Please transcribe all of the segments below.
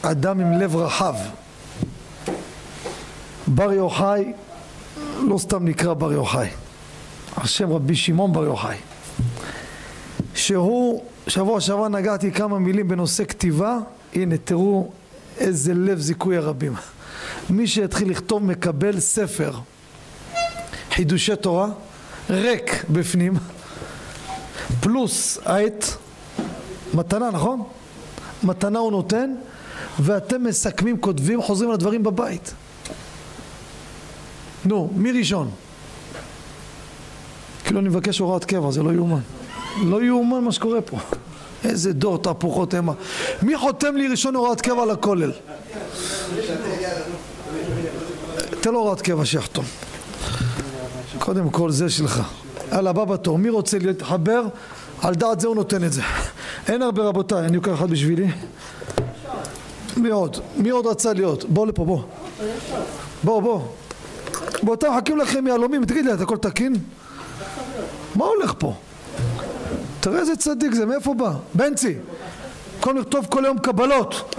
אדם עם לב רחב. בר יוחאי לא סתם נקרא בר יוחאי, השם רבי שמעון בר יוחאי, שהוא שבוע שעבר נגעתי כמה מילים בנושא כתיבה. הנה תראו איזה לב זיכוי הרבים. מי שיתחיל לכתוב מקבל ספר חידושי תורה ריק בפנים פלוס עט מתנה, נכון? מתנה הוא נותן, ואתם מסכמים, כותבים, חוזרים על הדברים בבית. נו, מי ראשון? כאילו אני מבקש הוראת קבע, זה לא יאומן. לא יאומן מה שקורה פה. איזה דור תהפוכות המה. מי חותם לי ראשון הוראת קבע לכולל? תן לו הוראת קבע שיחתום. קודם כל זה שלך. על הבא בתור, מי רוצה להתחבר? על דעת זה הוא נותן את זה. אין הרבה רבותיי, אני אקח אחד בשבילי. מי עוד? מי עוד רצה להיות? בוא לפה, בוא. בוא. בוא, אתם מחכים לכם יהלומים, תגיד לי, את הכל תקין? מה הולך פה? תראה איזה צדיק זה, מאיפה בא? בנצי, כל נכתוב כל יום קבלות.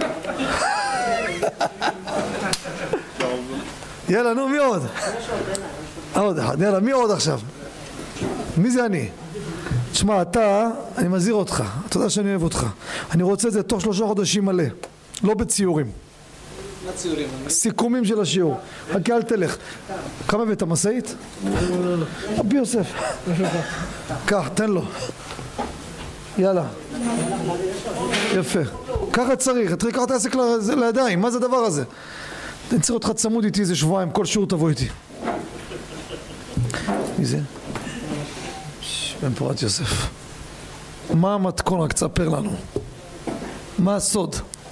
יאללה, נו, מי עוד? עוד אחד, יאללה, מי עוד עכשיו? מי זה אני? תשמע, אני מזהיר אותך, אתה יודע שאני אוהב אותך. אני רוצה את זה תוך 3 חודשים מלא, לא בציורים. מה ציורים? סיכומים של השיעור. חכה, אל תלך. כמה הבאת משאית? רבי יוסף. קח, תן לו. יאללה. יפה. ככה צריך, תתחיל לקחת העסק לידיים. מה זה הדבר הזה? אני צריך אותך צמוד איתי איזה שבועיים, כל שיעור תבוא איתי. מי זה? בן פורת יוסף. מה המתכון? רק תספר לנו. מה הסוד?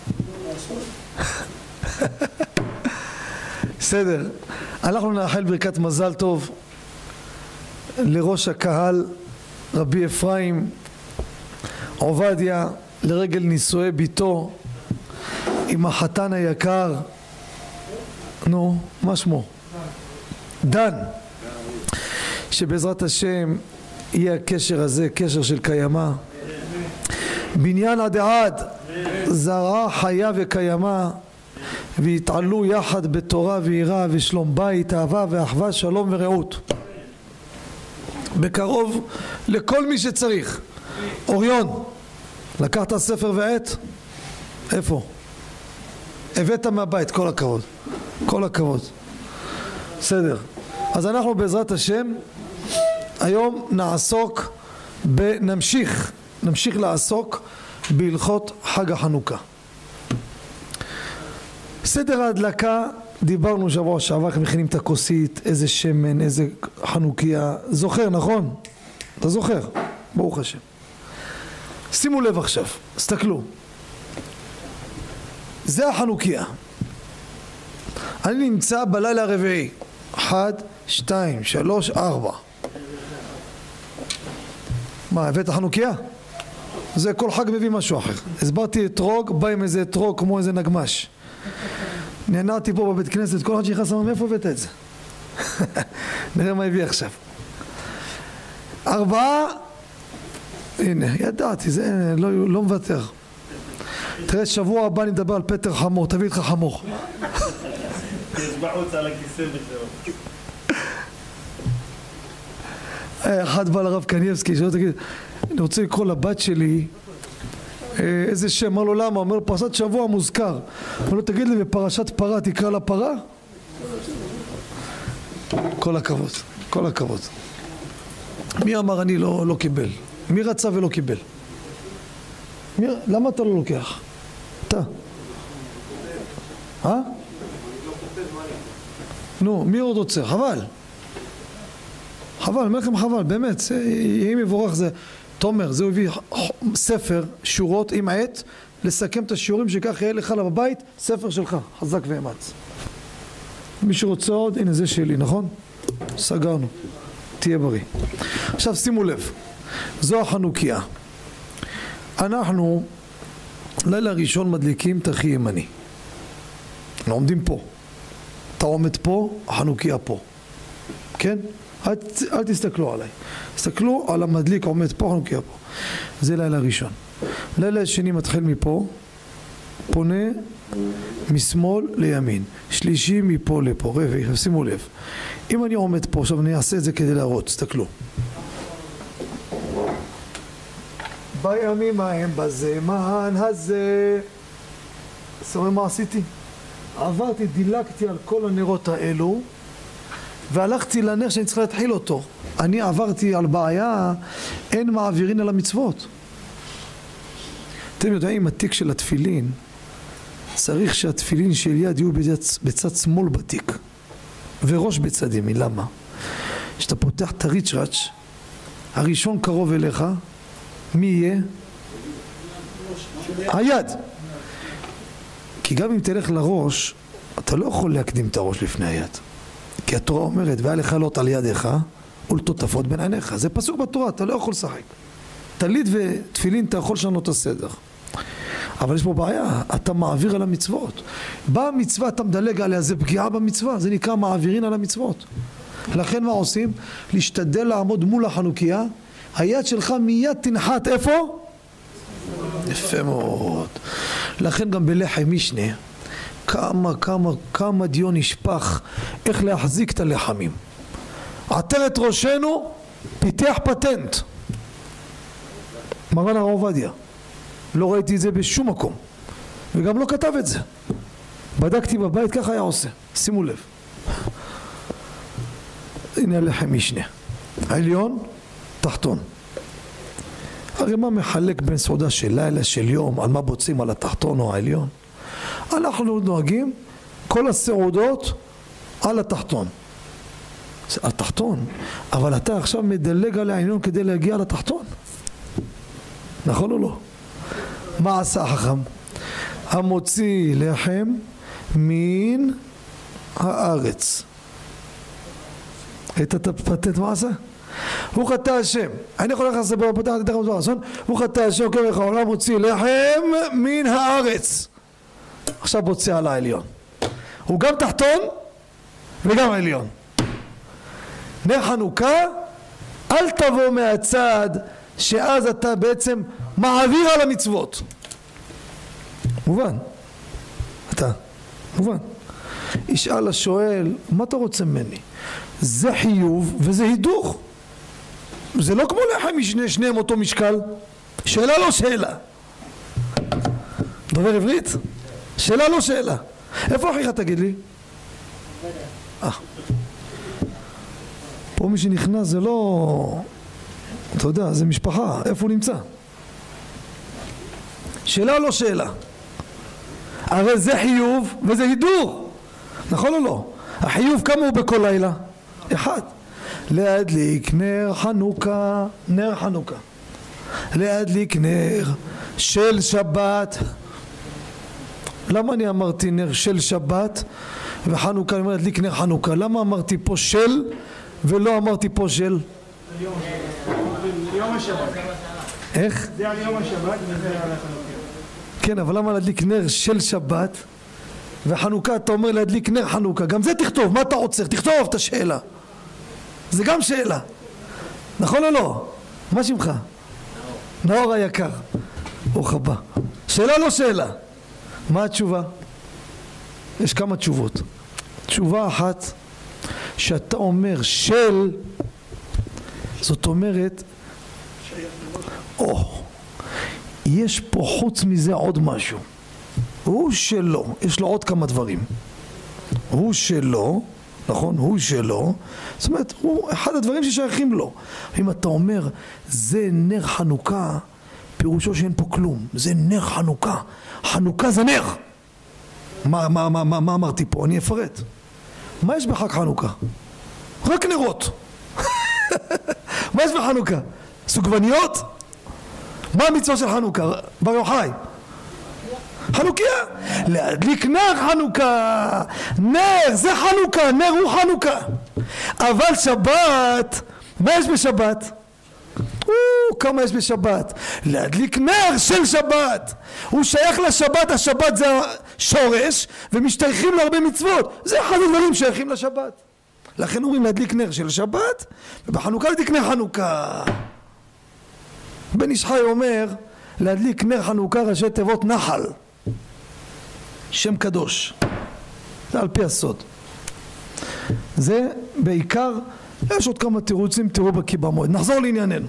בסדר. אנחנו נאחל ברכת מזל טוב לראש הקהל רבי אפרים עובדיה לרגל נישואי ביתו עם החתן היקר, נו, מה שמו? דן. שבעזרת השם יהיה הקשר הזה קשר של קיימה, בניין עד עד, זרעה חיה וקיימה, ויתעלו יחד בתורה ויראה ושלום בית, אהבה ואחווה, שלום ורעות. בקרוב לכל מי שצריך. אוריון, לקחת ספר ועט? איפה? הבאת מהבית, כל הכבוד. כל הכבוד. בסדר. אז אנחנו בעזרת השם היום נמשיך לעסוק בהלכות חג החנוכה. סדר ההדלקה, דיברנו שבוע שעבר, איך מכינים את הכוסית, איזה שמן, איזה חנוכיה, זוכר, נכון? אתה זוכר? ברוך השם. שימו לב עכשיו, תסתכלו. זה החנוכיה. אני נמצא בלילה הרביעי. 1, 2, 3, 4. מה, הבאת חנוכיה? זה כל חג מביא משהו אחר. הסברתי אתרוג, בא עם איזה אתרוג כמו איזה נגמש. נהנעתי פה בבית כנסת, כל אחד שיחס אמר, מאיפה הבאת את זה? נראה מה הביא עכשיו. 4, הנה, ידעתי, זה לא מוותר. תראה, שבוע הבא נדבר על פטר חמור, תביא איתך חמור. ישבחוץ על הכיסא וזהו. אחד בא לרב קניאבסקי, שלא תגיד, אני רוצה לקרוא לבת שלי איזה שם, אמר לו למה? אומר לו פרשת שבוע מוזכר. אמר לו תגיד לי בפרשת פרה תקרא לה פרה? כל הכבוד, כל הכבוד. מי אמר אני לא קיבל? מי רצה ולא קיבל? למה אתה לא לוקח? אתה. נו, מי עוד רוצה? חבל. חבל, אומר לכם חבל, באמת, יהיה מבורך זה. תומר, זה הביא ספר, שורות עם עט, לסכם את השיעורים שכך יהיה לך בבית, ספר שלך, חזק ואמץ. מי שרוצה עוד, הנה זה שלי, נכון? סגרנו. תהיה בריא. עכשיו שימו לב, זו החנוכיה. אנחנו לילה ראשון מדליקים את הכי ימני. אנחנו עומדים פה. אתה עומד פה, החנוכיה פה. כן? אל תסתכלו עליי. תסתכלו על המדליק עומד פה, חנוכיה פה. זה לילה ראשון. לילה שני מתחיל מפה, פונה משמאל לימין, שלישי מפה לפה, רביעי, שימו לב. אם אני עומד פה, עכשיו אני אעשה את זה כדי להראות, תסתכלו. בימים ההם בזמן הזה, שומעים מה עשיתי? עברתי, דילגתי על כל הנרות האלו והלכתי לנר שאני צריך להתחיל אותו. אני עברתי על בעיה, אין מעבירין על המצוות. אתם יודעים, התיק של התפילין, צריך שהתפילין של יד יהיו בצד שמאל בתיק וראש בצד ימין. למה? כשאתה פותח את הריצ'רץ' הראשון קרוב אליך, מי יהיה? היד. כי גם אם תלך לראש, אתה לא יכול להקדים את הראש לפני היד. כי התורה אומרת, והיה לך לוט על ידיך ולטוטפות בין עיניך. זה פסוק בתורה, אתה לא יכול לשחק. טלית ותפילין אתה יכול לשנות את הסדר. אבל יש פה בעיה, אתה מעביר על המצוות. במצווה אתה מדלג עליה, זה פגיעה במצווה, זה נקרא מעבירין על המצוות. לכן מה עושים? להשתדל לעמוד מול החנוכיה, היד שלך מיד תנחת איפה? יפה מאוד. לכן גם בלחם משנה, כמה דיון נשפך איך להחזיק את הלחמים. עטרת ראשנו פיתח פטנט. מרן הרב עובדיה. לא ראיתי את זה בשום מקום. וגם לא כתב את זה. בדקתי בבית, ככה היה עושה. שימו לב. הנה הלחם משנה. עליון, תחתון. הרי מה מחלק בין סעודה של לילה, של יום, על מה בוצעים, על התחתון או העליון? אנחנו נוהגים כל הסעודות על התחתון. התחתון, אבל אתה עכשיו מדלג על העליון כדי להגיע לתחתון. נכון או לא? מה עשה החכם? המוציא לחם מן הארץ. ראית את הפטנט מה עשה? הוא חטא השם. אני יכול לך לסבר בפתח את דרך המזור. הוא חטא השם, אומר לך, העולם מוציא לחם מן הארץ. עכשיו בוצע על העליון. הוא גם תחתון וגם עליון. נר חנוכה, אל תבוא מהצד שאז אתה בעצם מעביר על המצוות. מובן? אתה. מובן. ישאל השואל, מה אתה רוצה ממני? זה חיוב וזה הידוך. זה לא כמו לחם משנה, שניהם אותו משקל. שאלה לא שאלה. דובר עברית? שאלה לא שאלה. איפה אחיך תגיד לי? פה מי שנכנס זה לא... אתה יודע, זה משפחה. איפה הוא נמצא? שאלה לא שאלה. הרי זה חיוב וזה הידוך. נכון או לא? החיוב כמה הוא בכל לילה? אחד. להדליק נר חנוכה, נר חנוכה. להדליק נר של שבת. למה אני אמרתי נר של שבת וחנוכה? אני אומר להדליק נר חנוכה. למה אמרתי פה של ולא אמרתי פה של? יום השבת. איך? זה על יום השבת וזה על החנוכה. כן, אבל למה להדליק נר של שבת וחנוכה אתה אומר להדליק נר חנוכה? גם זה תכתוב, מה אתה רוצה? תכתוב את השאלה. זה גם שאלה. נכון או לא? מה שמך? נאור היקר. ברוך הבא. שאלה לא שאלה. מה התשובה? יש כמה תשובות. תשובה אחת, שאתה אומר של, זאת אומרת, יש פה חוץ מזה עוד משהו. הוא שלו, יש לו עוד כמה דברים. הוא שלו, נכון? הוא שלו, זאת אומרת, הוא אחד הדברים ששייכים לו. אם אתה אומר, זה נר חנוכה, פירושו שאין פה כלום. זה נר חנוכה. חנוכה זה נר. מה אמרתי פה? אני אפרט. מה יש בחג חנוכה? רק נרות. מה יש בחנוכה? סוגבניות? מה המצווה של חנוכה? בר יוחאי. חנוכיה. להדליק נר חנוכה. נר, זה חנוכה. נר הוא חנוכה. אבל שבת, מה יש בשבת? כמה יש בשבת? להדליק נר של שבת. הוא שייך לשבת, השבת זה שורש ומשתייכים להרבה מצוות. זה אחד הדברים שייכים לשבת. לכן אומרים להדליק נר של שבת ובחנוכה להדליק נר חנוכה. בן איש חי אומר להדליק נר חנוכה ראשי תיבות נחל. שם קדוש. זה על פי הסוד. זה בעיקר, יש עוד כמה תירוצים, תראו בקיבה מועד. נחזור לענייננו.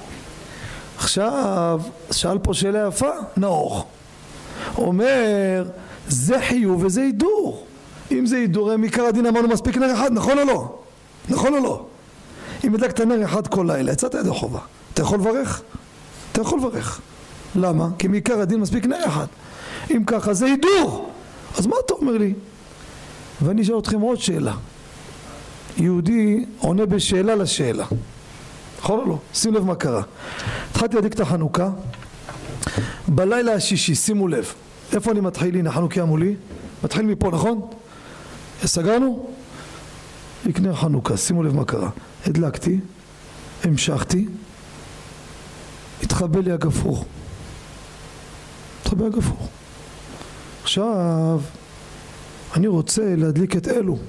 עכשיו, שאל פה שאלה יפה, נאור. אומר, זה חיוב וזה הידור. אם זה הידור, מעיקר הדין אמרנו מספיק נר אחד, נכון או לא? נכון או לא? אם הדלקת נר אחד כל לילה, יצאת ידי חובה. אתה יכול לברך? אתה יכול לברך. למה? כי מעיקר הדין מספיק נר אחד. אם ככה זה הידור. אז מה אתה אומר לי? ואני אשאל אתכם עוד שאלה. יהודי עונה בשאלה לשאלה. נכון או לא? שים לב מה קרה. התחלתי להדליק את החנוכה. בלילה השישי, שימו לב. איפה אני מתחיל? הנה החנוכיה מולי. מתחיל מפה, נכון? סגרנו? יקנה חנוכה, שימו לב מה קרה. הדלקתי, המשכתי, התחבא לי הגפרור. התחבא הגפרור. עכשיו, אני רוצה להדליק את אלו.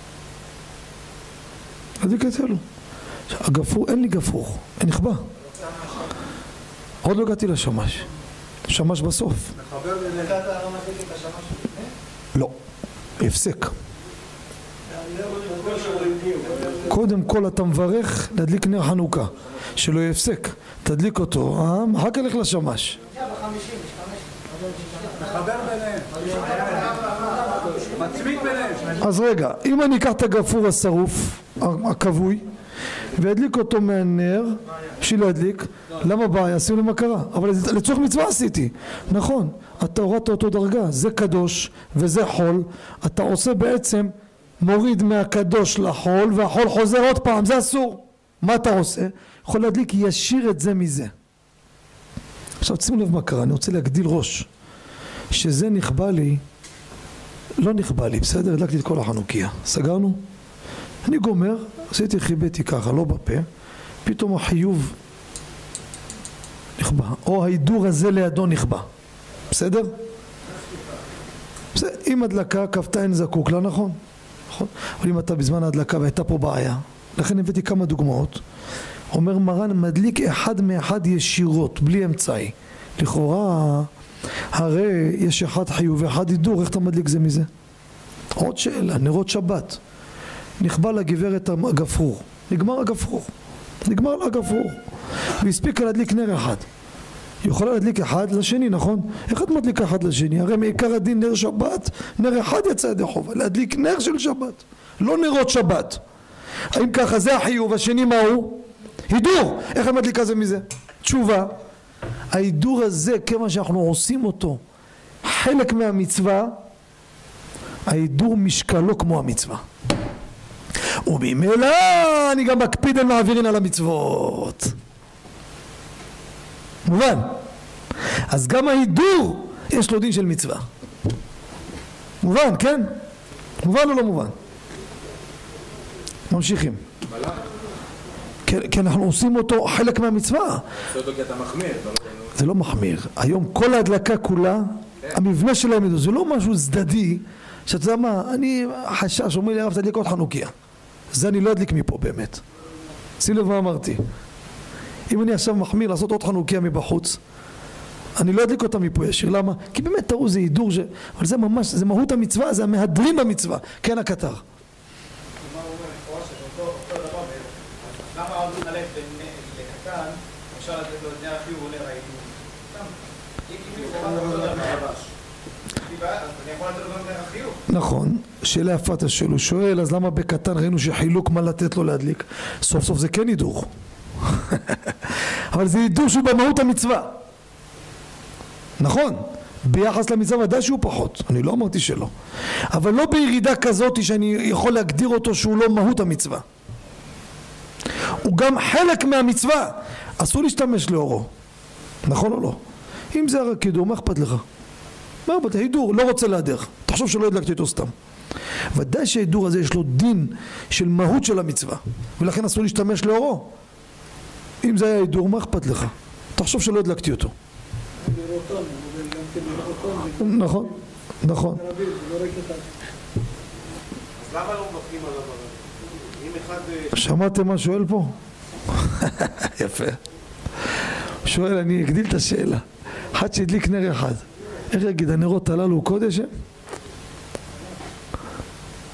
להדליק את אלו. הגפרור, אין לי גפרור, אין נכבה. עוד לא הגעתי לשמש. שמש בסוף. מחבר לנקת לא מדליק את השמש? לא, הפסק. קודם כל אתה מברך להדליק נר חנוכה, שלא יפסק, תדליק אותו, אחר כך לך לשמש. מחבר ביניהם, מצמיד ביניהם. אז רגע, אם אני אקח את הגפרור השרוף, הכבוי, והדליק אותו מהנר, בשביל להדליק, למה בעיה? שימו למה קרה, אבל לצורך מצווה עשיתי, נכון, אתה הורדת אותו דרגה, זה קדוש וזה חול, אתה עושה בעצם, מוריד מהקדוש לחול, והחול חוזר עוד פעם, זה אסור. מה אתה עושה? יכול להדליק ישיר את זה מזה. עכשיו שימו לב מה קרה, אני רוצה להגדיל ראש, שזה נכבה לי, לא נכבה לי, בסדר? הדלקתי את כל החנוכיה, סגרנו? אני גומר, עשיתי חיבאתי ככה, לא בפה, פתאום החיוב נכבה, או ההידור הזה לידו נכבה, בסדר? בסדר, אם הדלקה כפתה אין זקוק לה, נכון? נכון? אבל אם אתה בזמן ההדלקה והייתה פה בעיה, לכן הבאתי כמה דוגמאות, אומר מרן מדליק אחד מאחד ישירות, בלי אמצעי. לכאורה, הרי יש אחד חיוב ואחד הידור, איך אתה מדליק זה מזה? עוד שאלה, נרות שבת. נכבה לגברת הגפרור, נגמר הגפרור, נגמר לה הגפרור, והספיקה להדליק נר אחד. היא יכולה להדליק אחד לשני, נכון? אחד מדליק אחד לשני, הרי מעיקר הדין נר שבת, נר אחד יצא ידי חובה, להדליק נר של שבת, לא נרות שבת. האם ככה זה החיוב, השני מה הוא? הידור. איך המדליקה זה מזה? תשובה, ההידור הזה כמה שאנחנו עושים אותו חלק מהמצווה, ההידור משקלו כמו המצווה, וממילא אני גם מקפיד על מעבירין על המצוות. מובן? אז גם ההידור יש לו דין של מצווה. מובן, כן? מובן או לא מובן? ממשיכים. כי אנחנו עושים אותו חלק מהמצווה. זה לא מחמיר. היום כל ההדלקה כולה, המבנה שלהם זה לא משהו צדדי, שאתה יודע מה, אני חשש, אומר לי הרב תדליק עוד חנוכיה. זה אני לא אדליק מפה באמת. שים לב מה אמרתי. אם אני עכשיו מחמיר לעשות עוד חנוכיה מבחוץ, אני לא אדליק אותה מפה ישיר. למה? כי באמת תראו זה הידור, אבל זה ממש, זה מהות המצווה, זה המהדרים במצווה. כן הקטר. למה עוד מתחלק לקטן, אפשר לתת לו את נר החיוב או נר ההידור? אז אני יכול לתת לו גם נר החיוב. נכון, שאלה יפה אתה שואל, הוא שואל, אז למה בקטן ראינו שחילוק מה לתת לו להדליק? סוף סוף זה כן הידור. אבל זה הידור שהוא במהות המצווה. נכון, ביחס למצווה ודאי שהוא פחות, אני לא אמרתי שלא. אבל לא בירידה כזאת שאני יכול להגדיר אותו שהוא לא מהות המצווה. הוא גם חלק מהמצווה, אסור להשתמש לאורו, נכון או לא? אם זה רק הידור, מה אכפת לך? מה אכפת? הידור, לא רוצה להדרך, תחשוב שלא הדלקתי אותו סתם. ודאי שההידור הזה יש לו דין של מהות של המצווה, ולכן אסור להשתמש לאורו. אם זה היה הידור, מה אכפת לך? תחשוב שלא הדלקתי אותו. נכון, נכון. אז למה לא מבחנים עליו? שמעתם מה שואל פה? יפה. שואל, אני אגדיל את השאלה. אחד שהדליק נר אחד, איך יגיד, הנרות הללו הוא קודש?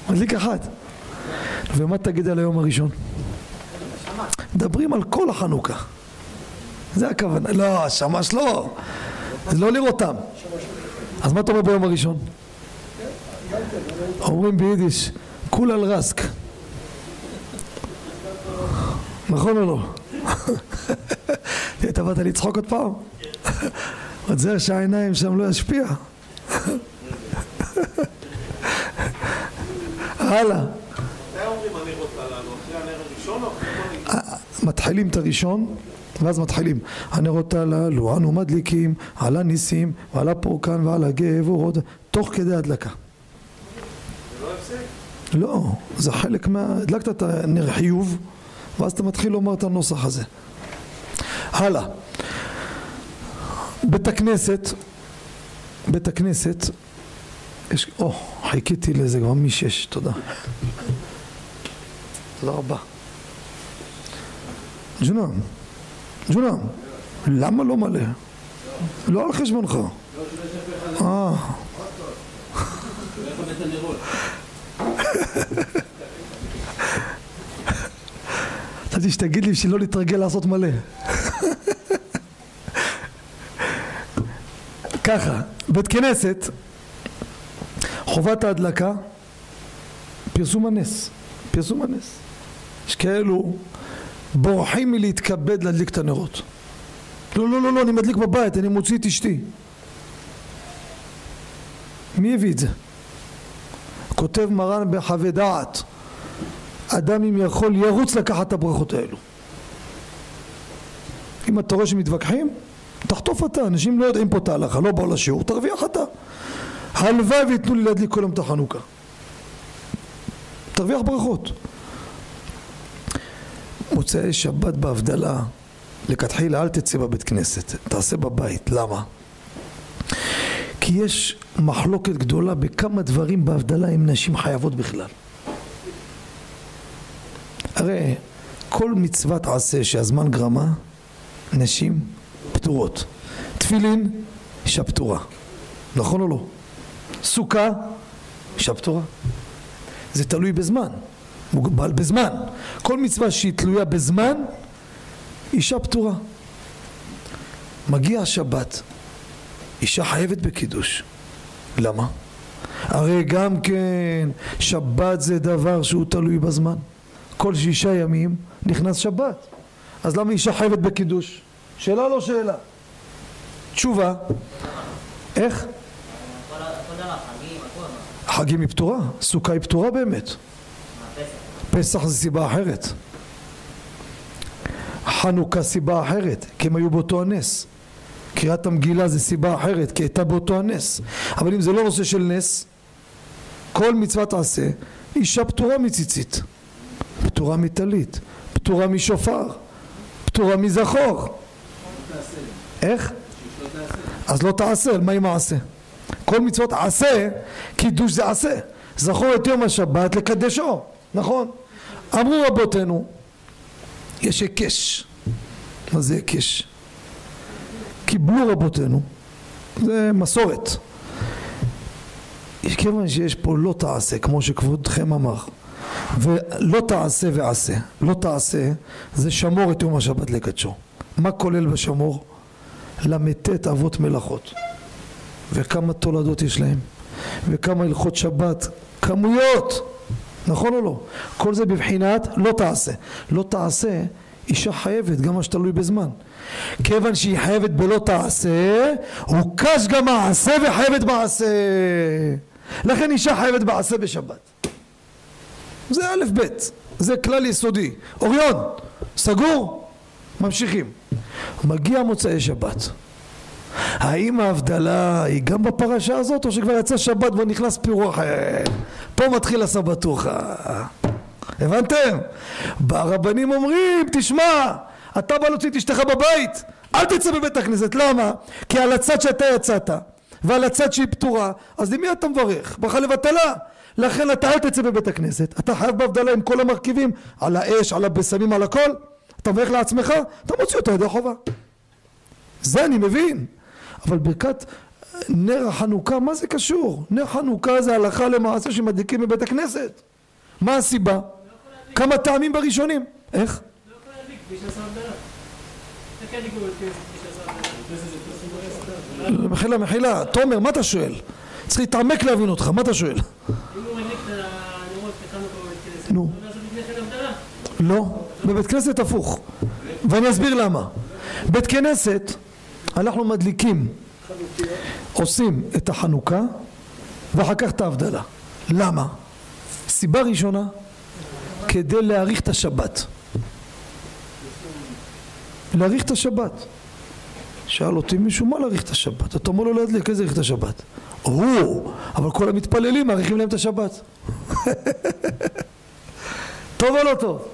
מדליק אחד. ומה תגיד על היום הראשון? מדברים על כל החנוכה. זה הכוונה. לא, השמש לא. זה לא לראותם. אז מה אתה אומר ביום הראשון? אומרים ביידיש, כול על רסק. נכון או לא? אתה באת לצחוק עוד פעם? עוד זה שהעיניים שם לא ישפיע. הלאה. מתי אומרים הנרות הללו? אחרי הנר הראשון או אחרי כל... מתחילים את הראשון ואז מתחילים הנרות הללו אנו מדליקים על הניסים ועל הפורקן ועל הגבורות תוך כדי הדלקה. זה לא הפסק? לא, זה חלק הדלקת את הנר חיוב ואז אתה מתחיל לומר את הנוסח הזה. הלאה. בית הכנסת יש... חיכיתי לזה כבר מ-6, תודה. תודה רבה. ג'ונם, למה לא מלא? לא על חשבונך. חשבתי שתגיד לי שלא להתרגל לעשות מלא. ככה, בית כנסת, חובת ההדלקה, פרסום הנס. יש כאלו בורחים מלהתכבד להדליק את הנרות. לא, אני מדליק בבית, אני מוציא את אשתי. מי הביא את זה? כותב מרן בחווה דעת, אדם אם יכול ירוץ לקחת את הברכות האלו. אם אתה רואה שמתווכחים, תחטוף אתה, אנשים לא יודעים פה את ההלכה, לא באו לשיעור, תרוויח אתה. הלוואי ויתנו לי להדליק כל יום את החנוכה. תרוויח ברכות. מוצאי שבת בהבדלה, לכתחילה אל תצא בבית כנסת, תעשה בבית. למה? כי יש מחלוקת גדולה בכמה דברים בהבדלה עם נשים חייבות בכלל. הרי כל מצוות עשה שהזמן גרמה, נשים פטורות. תפילין, אישה פטורה. נכון או לא? סוכה, אישה פטורה. זה תלוי בזמן, מוגבל בזמן. כל מצווה שהיא תלויה בזמן, אישה פטורה. מגיע השבת, אישה חייבת בקידוש. למה? הרי גם כן שבת זה דבר שהוא תלוי בזמן. כל 6 ימים נכנס שבת. אז למה אישה חייבת בקידוש? שאלה לא שאלה. תשובה. איך? חגים היא פטורה, סוכה היא פטורה באמת. פסח זה סיבה אחרת. חנוכה סיבה אחרת, כי הם היו באותו הנס. קריאת המגילה זה סיבה אחרת, כי הייתה באותו הנס. אבל אם זה לא נושא של נס, כל מצוות עשה, אישה פטורה מציצית, פטורה מטלית, פטורה משופר, פטורה מזכור. איך? אז לא תעשה, מה עם העשה? כל מצוות עשה, קידוש זה עשה. זכור את יום השבת לקדשו, נכון? אמרו רבותינו, יש היקש. מה זה היקש? קיבלו רבותינו, זה מסורת. כיוון שיש פה לא תעשה, כמו שכבודכם אמר, ולא תעשה ועשה. לא תעשה זה שמור את יום השבת לקדשו. מה כולל בשמור? למתת אבות מלאכות. וכמה תולדות יש להם, וכמה הלכות שבת, כמויות, נכון או לא? כל זה בבחינת לא תעשה. לא תעשה, אישה חייבת, גם מה שתלוי בזמן. כיוון שהיא חייבת בלא תעשה, הוא קש גם מעשה וחייבת מעשה. לכן אישה חייבת בעשה בשבת. זה א' ב', זה כלל יסודי. אוריון, סגור? ממשיכים. מגיע מוצאי שבת. האם ההבדלה היא גם בפרשה הזאת, או שכבר יצא שבת ונכנס פירוח? פה מתחיל הסבתוך. הבנתם? ברבנים אומרים, תשמע, אתה בא להוציא את אשתך בבית, אל תצא בבית הכנסת. למה? כי על הצד שאתה יצאת ועל הצד שהיא פטורה, אז למי אתה מברך? ברכה לבטלה. לכן אתה אל תצא בבית הכנסת, אתה חייב בהבדלה עם כל המרכיבים, על האש, על הבשמים, על הכל. אתה מברך לעצמך, אתה מוציא אותה ידי חובה. זה אני מבין. אבל ברכת נר החנוכה, מה זה קשור? נר חנוכה זה הלכה למעשה שמדליקים בבית הכנסת. מה הסיבה? כמה טעמים בראשונים. איך? לא יכול להדליק בלי שעשה הבדלה. איך ידליקו בבית כנסת? מחילה, תומר, מה אתה שואל? צריך להתעמק להבין אותך, מה אתה שואל? אם הוא מדליק את הנרות לחנוכה בבית כנסת, נו. הוא לא לעשות לפני כן הבדלה? לא, בבית כנסת הפוך, ואני אסביר למה. בית כנסת אנחנו מדליקים, עושים את החנוכה ואחר כך את ההבדלה. למה? סיבה ראשונה, כדי להאריך את השבת. להאריך את השבת. שאל אותי מישהו, מה להאריך את השבת? אתה אומר לו להדליק, איזה להאריך את השבת? אבל כל המתפללים מאריכים להם את השבת. טוב או לא טוב?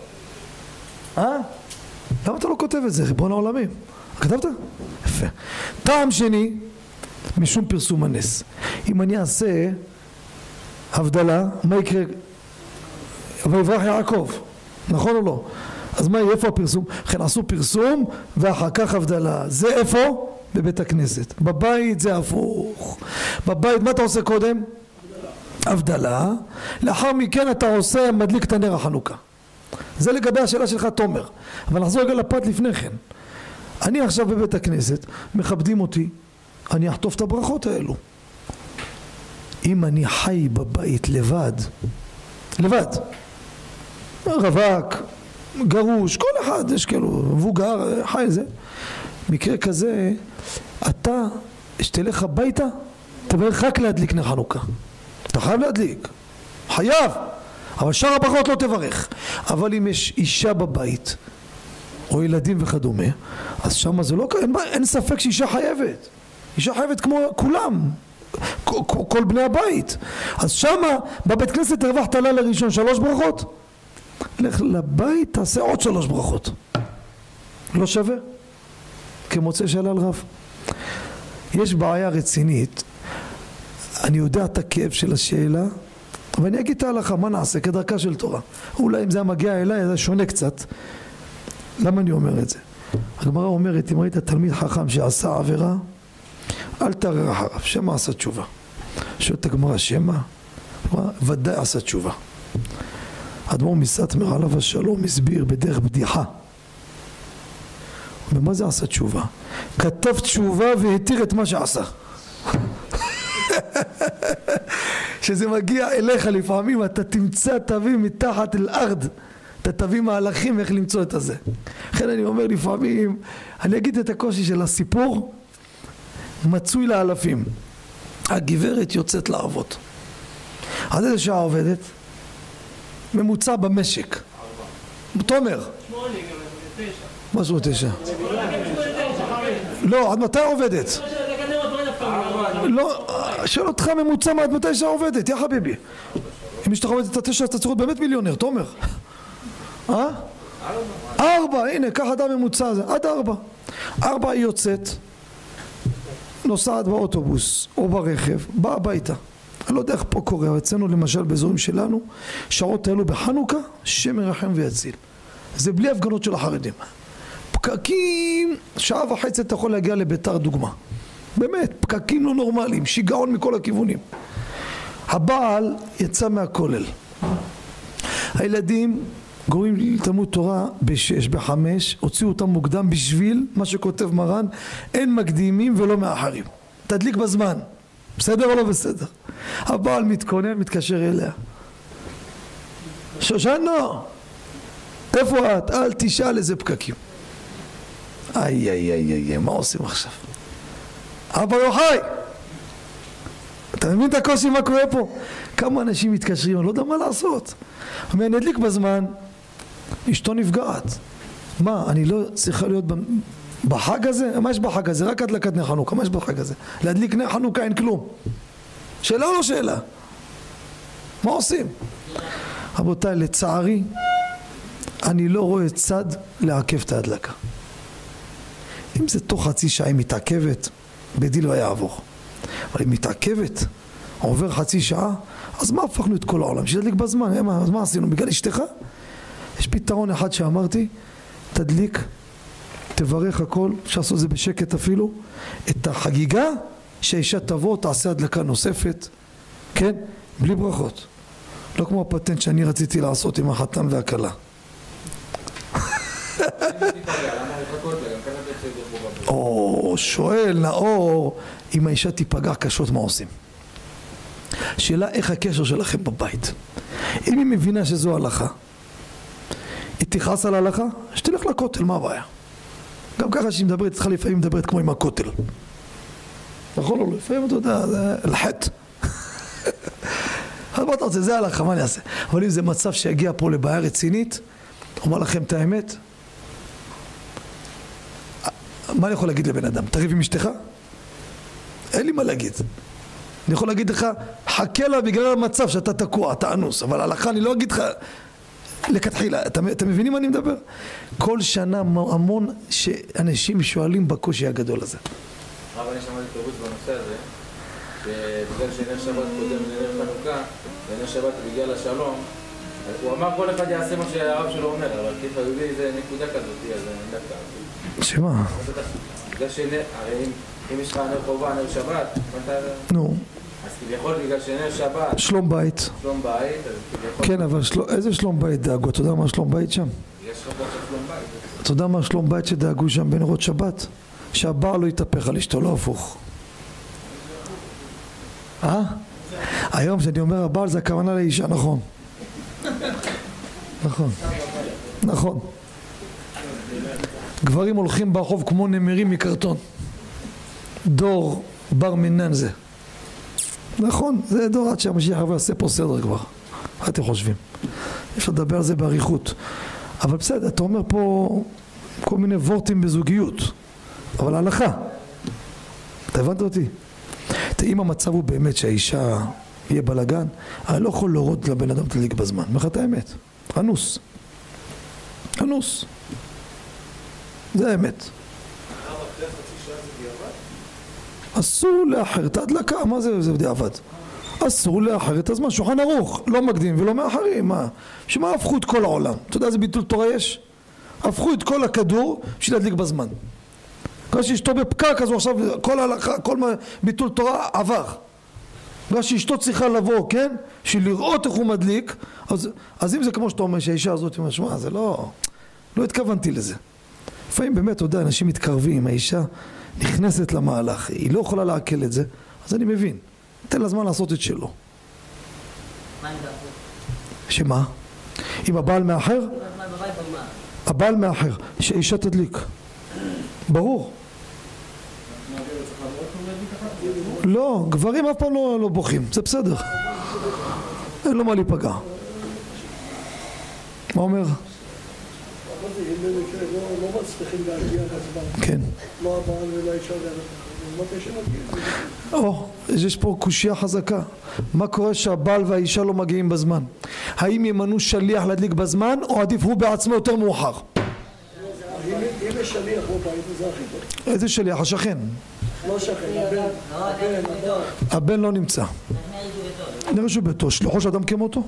למה אתה לא כותב את זה? ריבון העולמים. כתבת? יפה. טעם שני, משום פרסום הנס. אם אני אעשה הבדלה, מה יקרה? ויברח יעקב, נכון או לא? אז מה יהיה? איפה הפרסום? לכן עשו פרסום ואחר כך הבדלה. זה איפה? בבית הכנסת. בבית זה הפוך. בבית מה אתה עושה קודם? הבדלה. לאחר מכן אתה עושה מדליק את הנר החנוכה. זה לגבי השאלה שלך תומר. אבל נחזור רגע לפת לפני כן. אני עכשיו בבית הכנסת, מכבדים אותי, אני אחטוף את הברכות האלו. אם אני חי בבית לבד, רווק, גרוש, כל אחד, יש כאילו מבוגר, חי זה. מקרה כזה, אתה, שתלך הביתה, תברך רק להדליק נר חנוכה. אתה חייב להדליק. חייב. אבל שאר הברכות לא תברך. אבל אם יש אישה בבית, או ילדים וכדומה, אז שם זה לא, אין ספק שאישה חייבת. אישה חייבת כמו כולם. כל בני הבית. אז שמה, בבית כנסת הרווחת לילה ראשון 3 ברכות. לך לבית, תעשה עוד 3 ברכות. לא שווה? כמוצא שלל רב. יש בעיה רצינית. אני יודע את הכאב של השאלה, ואני אגיד את ההלכה, מה נעשה? כדרכה של תורה. אולי אם זה מגיע אליי, זה שונה קצת. למה אני אומר את זה? הגמרא אומרת, אם ראית תלמיד חכם שעשה עבירה, אל תערער אחריו, שמה עשה תשובה. שואלת הגמרא, שמה? ודאי עשה תשובה. האדמו"ר מסאטמר עליו השלום הסביר בדרך בדיחה. ומה זה עשה תשובה? כתב תשובה והתיר את מה שעשה. שזה מגיע אליך לפעמים, אתה תמצא תביא מתחת אל ארד, אתה תביא מהלכים איך למצוא את הזה. לכן אני אומר לפעמים, אני אגיד את הקושי של הסיפור, מצוי לאלפים. הגברת יוצאת לעבוד. עד איזה שעה עובדת? ממוצע במשק. תומר. 8 גם, 9. משהו 9. לא, עד מתי עובדת? לא, שואל אותך ממוצע עד מתי שעה עובדת, יא חביבי. אם יש לך עובדת את 9, אתה צריך להיות באמת מיליונר, תומר. 4, הנה, קח אדם ממוצע הזה, עד 4. 4 היא יוצאת, נוסעת באוטובוס או ברכב, באה הביתה. אני לא יודע איך פה קורה, אצלנו למשל באזורים שלנו, שעות האלו בחנוכה, שם ירחם ויציל. זה בלי הפגנות של החרדים. פקקים, 1.5 שעה אתה יכול להגיע לביתר דוגמה. באמת, פקקים לא נורמליים, שיגעון מכל הכיוונים. הבעל יצא מהכולל. הילדים גורמים לתלמוד תורה ב6, ב5, הוציאו אותם מוקדם בשביל מה שכותב מרן, אין מקדימים ולא מאחרים. תדליק בזמן. בסדר או לא בסדר? הבעל מתכונן, מתקשר אליה. שושנו, איפה את? אל תשאל איזה פקקים. איי, מה עושים עכשיו? אבא יוחאי, אתה מבין את הקושי מה קורה פה? כמה אנשים מתקשרים, אני לא יודע מה לעשות. אני אדליק בזמן, אשתו נפגעת. מה, אני לא צריכה להיות בחג הזה? מה יש בחג הזה? רק הדלקת נר חנוכה, מה יש בחג הזה? להדליק נר חנוכה אין כלום. שאלה או לא שאלה? מה עושים? רבותיי, לצערי, אני לא רואה צד לעכב את ההדלקה. אם זה תוך חצי שעה היא מתעכבת, בדיל לא יעבור. אבל אם מתעכבת, עובר חצי שעה, אז מה הפכנו את כל העולם? שתדליק בזמן, אז מה עשינו? בגלל אשתך? יש פתרון אחד שאמרתי, תדליק, תברך הכל, שעשו את זה בשקט אפילו, את החגיגה, שהאישה תבוא, תעשה הדלקה נוספת, כן? בלי ברכות. לא כמו הפטנט שאני רציתי לעשות עם החתן והכלה. או, שואל נאור, אם האישה תיפגע קשות מה עושים? שאלה איך הקשר שלכם בבית. אם היא מבינה שזו הלכה, היא תכעס על ההלכה, שתלך לכותל, מה הבעיה? גם ככה שהיא מדברת איתך לפעמים מדברת כמו עם הכותל. נכון או לא? לפעמים אתה יודע, זה לחט. אז מה אתה רוצה? זה הלכה, מה אני אעשה? אבל אם זה מצב שיגיע פה לבעיה רצינית, אומר לכם את האמת, מה אני יכול להגיד לבן אדם? תריב עם אשתך? אין לי מה להגיד. אני יכול להגיד לך, חכה לה בגלל המצב שאתה תקוע, אתה אנוס, אבל הלכה אני לא אגיד לך לכתחילה. אתם מבינים מה אני מדבר? כל שנה המון שאנשים שואלים בקושי הגדול הזה. רב, אני שמעתי תירוץ בנושא הזה, שבגלל שנר שבת קודם לנר חנוכה, ונר שבת בגלל השלום, הוא אמר כל אחד יעשה מה שהרב שלו אומר, אבל כיפה יהודי זה נקודה כזאת, אז אין דווקא. שמה? בגלל שנר, הרי אם יש לך נר חובה, נר שבת, נו. אז כביכול בגלל שנר שבת... שלום בית. שלום בית, אז כביכול... כן, אבל איזה שלום בית דאגו? אתה יודע מה שלום בית שם? יש רבות של שלום בית. אתה יודע מה שלום בית שדאגו שם בנרות שבת? שהבעל לא יתהפך על אשתו, לא הפוך. היום שאני אומר הבעל זה הכוונה לאישה, נכון. נכון. נכון. גברים הולכים ברחוב כמו נמרים מקרטון. דור בר מינן זה. נכון, זה דור עד שהמשיח אבל יעשה פה סדר כבר. מה אתם חושבים? אפשר לדבר על זה בעריכות. אבל בסדר, אתה אומר פה כל מיני וורטים בזוגיות. אבל ההלכה. אתה הבנת אותי? אם המצב הוא באמת שהאישה יהיה בלגן, אני לא יכול להורות לבן אדם תדליק בזמן. אומר לך את האמת. אנוס. אנוס. זה האמת. אסור לאחר את ההדלקה. מה זה בדיעבד? אסור לאחר את הזמן. שולחן ערוך. לא מקדים ולא מאחרים. מה? שמה הפכו את כל העולם? אתה יודע איזה ביטול תורה יש? הפכו את כל הכדור בשביל להדליק בזמן. בגלל שאשתו בפקק, אז הוא עכשיו כל ההלכה, כל ביטול תורה עבר. בגלל שאשתו צריכה לבוא, כן? בשביל לראות איך הוא מדליק. אז אם זה כמו שאתה אומר שהאישה הזאת אומרת, שמע, זה לא התכוונתי לזה. לפעמים באמת, אתה יודע, אנשים מתקרבים, האישה נכנסת למהלך, היא לא יכולה לעכל את זה, אז אני מבין. תן לה זמן לעשות את שלו. מה אני דעתו? שמה? אם הבעל מאחר? הבעל מאחר, שאישה תדליק. ברור. לא, גברים אף פעם לא בוכים, זה בסדר. אין לו מה להיפגע. מה אומר? לא מצליחים להגיע לזמן. כן. לא הבעל ולא האישה יש פה קושיה חזקה. מה קורה שהבעל והאישה לא מגיעים בזמן? האם ימנו שליח להדליק בזמן או עדיף הוא בעצמו יותר מאוחר? אם יש שליח בבית זה הכי טוב. איזה שליח? השכן. לא שכן, הבן. הבן לא נמצא. נראה שהוא ביתו. שלוחו של אדם כמותו?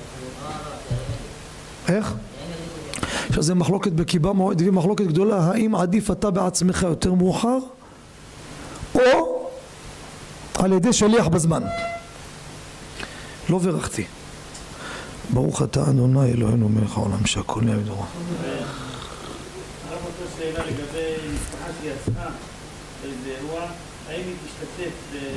איך? עכשיו זה מחלוקת בקיבה מאוד, מחלוקת גדולה, האם עדיף אתה בעצמך יותר מאוחר או על ידי שליח בזמן? לא ברכתי. ברוך אתה אדוני אלוהינו מלך העולם שהכל נהיה בדברו. הרב, אותה שאלה לגבי משפחה שיצאה באיזה אירוע, האם היא תשתתף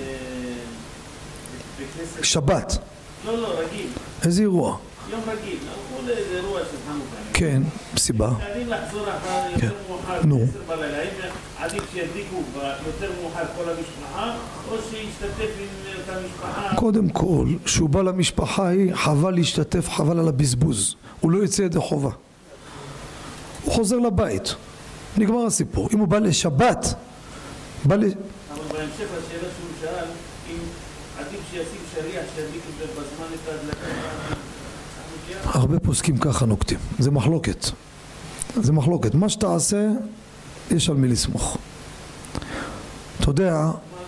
בכנסת? שבת. לא, רגיל. איזה אירוע? יום רגיל, הלכו לאיזה אירוע של חנוכה. כן, סיבה. עדיף לחזור אחר יותר מאוחר, 10 בלילה, האם עדיף שידליקו יותר מאוחר כל המשפחה, או שישתתף עם אותה משפחה? קודם כל, שהוא בא למשפחה היא, חבל להשתתף, חבל על הבזבוז. הוא לא יצא ידי חובה. הוא חוזר לבית. נגמר הסיפור. אם הוא בא לשבת, אבל בהמשך לשאלה שהוא שאל, אם עדיף שישים שליח שידליק בזמן את ההדלקה, הרבה פוסקים ככה נוקטים. זה מחלוקת. זה מחלוקת. מה שאתה עושה, יש על מי לסמוך. אתה יודע,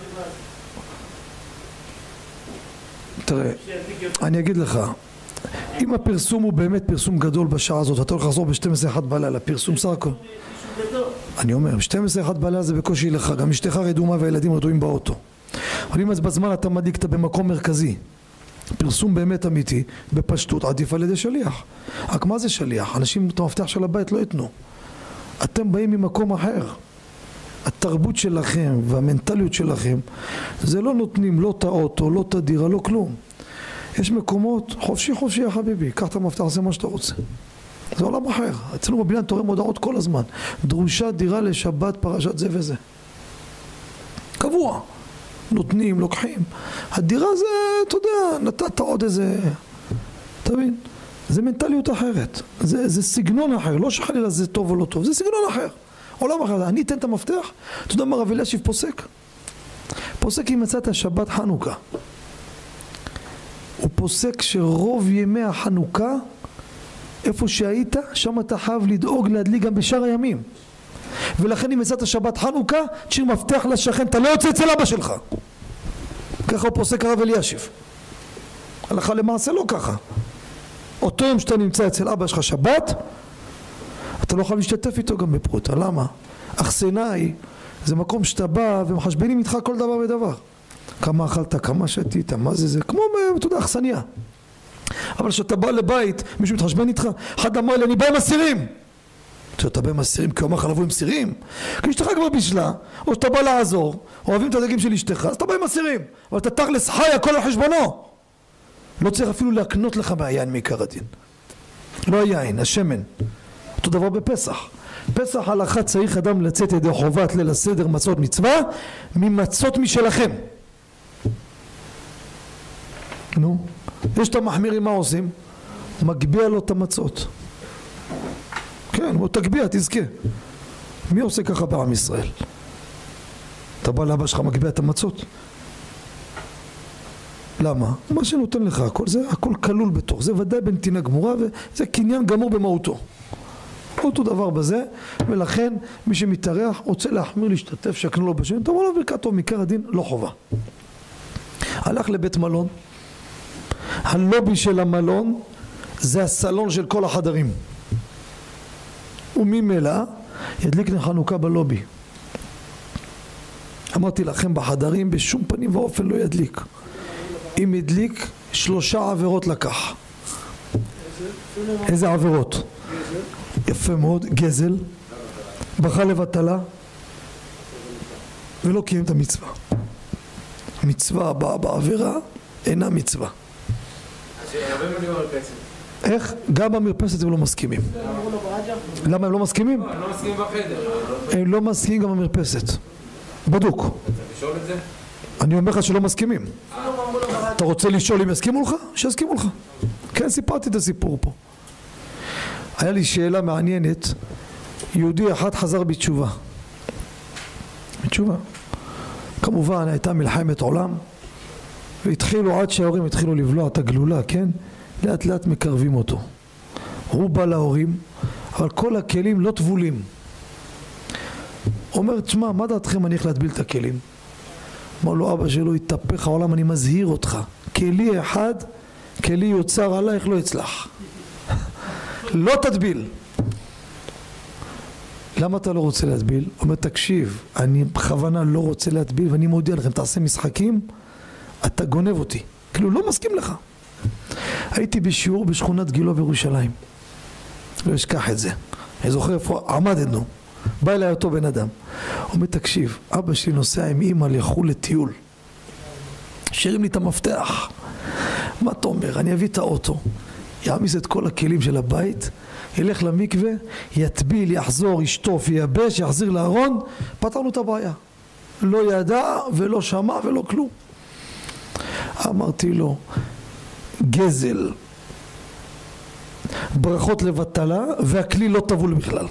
תראה, אני אגיד לך, אם הפרסום הוא באמת פרסום גדול בשעה הזאת, אתה הולך לחזור ב-12:01 בלילה, פרסום סך הכל. אני אומר, ב-12:01 בלילה זה בקושי לך, גם אשתך רדומה והילדים רדומים באוטו. אבל אם אז בזמן אתה מדליק, אתה במקום מרכזי, פרסום באמת אמיתי, בפשטות, עדיף על ידי שליח. רק מה זה שליח? אנשים את המפתח של הבית לא יתנו. אתם באים ממקום אחר. התרבות שלכם והמנטליות שלכם, זה לא נותנים, לא את האוטו, לא את הדירה, לא כלום. יש מקומות, חופשי חופשי יא חביבי, קח את המפתח, זה מה שאתה רוצה. זה עולם אחר. אצלנו בבניין תורם הודעות כל הזמן. דרושה דירה לשבת פרשת זה וזה. קבוע. נותנים, לוקחים. הדירה זה, אתה יודע, נתת עוד איזה, תבין? זה מנטליות אחרת. זה סגנון אחר. לא שחלילה זה טוב או לא טוב. זה סגנון אחר. עולם אחר. אני אתן את המפתח. אתה יודע מה רב אלישיב פוסק? פוסק אם מצאת שבת חנוכה. הוא פוסק שרוב ימי החנוכה, איפה שהיית, שם אתה חייב לדאוג להדליק גם בשאר הימים. ולכן אם מצאת שבת חנוכה, תשאיר מפתח לשכן, אתה לא יוצא אצל אבא שלך. ככה הוא פוסק הרב אלישיב. הלכה למעשה לא ככה. אותו יום שאתה נמצא אצל אבא שלך שבת, אתה לא חייב להשתתף איתו גם בפרוטה. למה? אכסנאי זה מקום שאתה בא ומחשבנים איתך כל דבר ודבר. כמה אכלת, כמה שתית, מה זה, כמו, אתה יודע, אכסניה. אבל כשאתה בא לבית, מישהו מתחשבן איתך, אחד אמר לי, אני בא עם אסירים. כשאתה בא עם אסירים, כי הוא אמר לך לבוא עם אסירים. כי אשתך כבר בשלה, או שאתה בא לעזור, אוהבים את הדגים של אשתך, אז אתה בא עם אסירים. אבל אתה תכלס חי הכל על חשבונו. לא צריך אפילו להקנות לך מהיין מעיקר הדין. לא היין, השמן. אותו דבר בפסח. פסח הלכה צריך אדם לצאת ידי חובת ליל הסדר מצות מצווה, ממצות משלכם. נו, יש את המחמירים, מה עושים? מגביע לו את המצות. כן, הוא תגביע, תזכה. מי עושה ככה בעם ישראל? אתה בא לאבא שלך, מגביע את המצות? למה? מה שנותן לך הכל, זה הכל כלול בתוך, זה ודאי בנתינה גמורה, וזה קניין גמור במהותו. אותו דבר בזה, ולכן מי שמתארח רוצה להחמיר להשתתף, שיקנו לו בשם, תאמר לו ברכת טוב, מעיקר הדין לא חובה. הלך לבית מלון, הלובי של המלון זה הסלון של כל החדרים, וממילא ידליק לחנוכה בלובי. אמרתי לכם בחדרים בשום פנים ואופן לא ידליק. אם ידליק 3 עבירות לקח. איזה עבירות? יפה מאוד, גזל, בכה לבטלה ולא קיים את המצווה. מצווה הבאה בעבירה אינה מצווה. איך? גם במרפסת הם לא מסכימים. למה הם לא מסכימים? הם לא מסכימים בחדר. הם לא מסכימים גם במרפסת. בדוק. לשאול את זה? אני אומר לך שלא מסכימים. אתה רוצה לשאול אם יסכימו לך? שיסכימו לך. כן, סיפרתי את הסיפור פה. היה לי שאלה מעניינת. יהודי אחד חזר בתשובה. בתשובה. כמובן הייתה מלחמת עולם, והתחילו עד שההורים התחילו לבלוע את הגלולה, כן? לאט לאט מקרבים אותו. הוא בא להורים, אבל כל הכלים לא טבולים. אומר, תשמע, מה דעתכם אני איך להטביל את הכלים? אמר לו, אבא שלו, יתהפך העולם, אני מזהיר אותך. כלי אחד, כלי יוצר עלייך, לא יצלח. לא תטביל. למה אתה לא רוצה להטביל? אומר, תקשיב, אני בכוונה לא רוצה להטביל, ואני מודיע לכם, תעשה משחקים, אתה גונב אותי. כאילו, לא מסכים לך. הייתי בשיעור בשכונת גילה בירושלים. לא אשכח את זה. אני זוכר איפה עמדנו. בא אליי אותו בן אדם. אומר, תקשיב, אבא שלי נוסע עם אמא לחו"ל לטיול. שרים לי את המפתח. מה אתה אומר? אני אביא את האוטו, יעמיס את כל הכלים של הבית, ילך למקווה, יטביל, יחזור, ישטוף, ייבש, יחזיר לארון, פתרנו את הבעיה. לא ידע ולא שמע ולא כלום. אמרתי לו, גזל, ברכות לבטלה, והכלי לא טבול בכלל.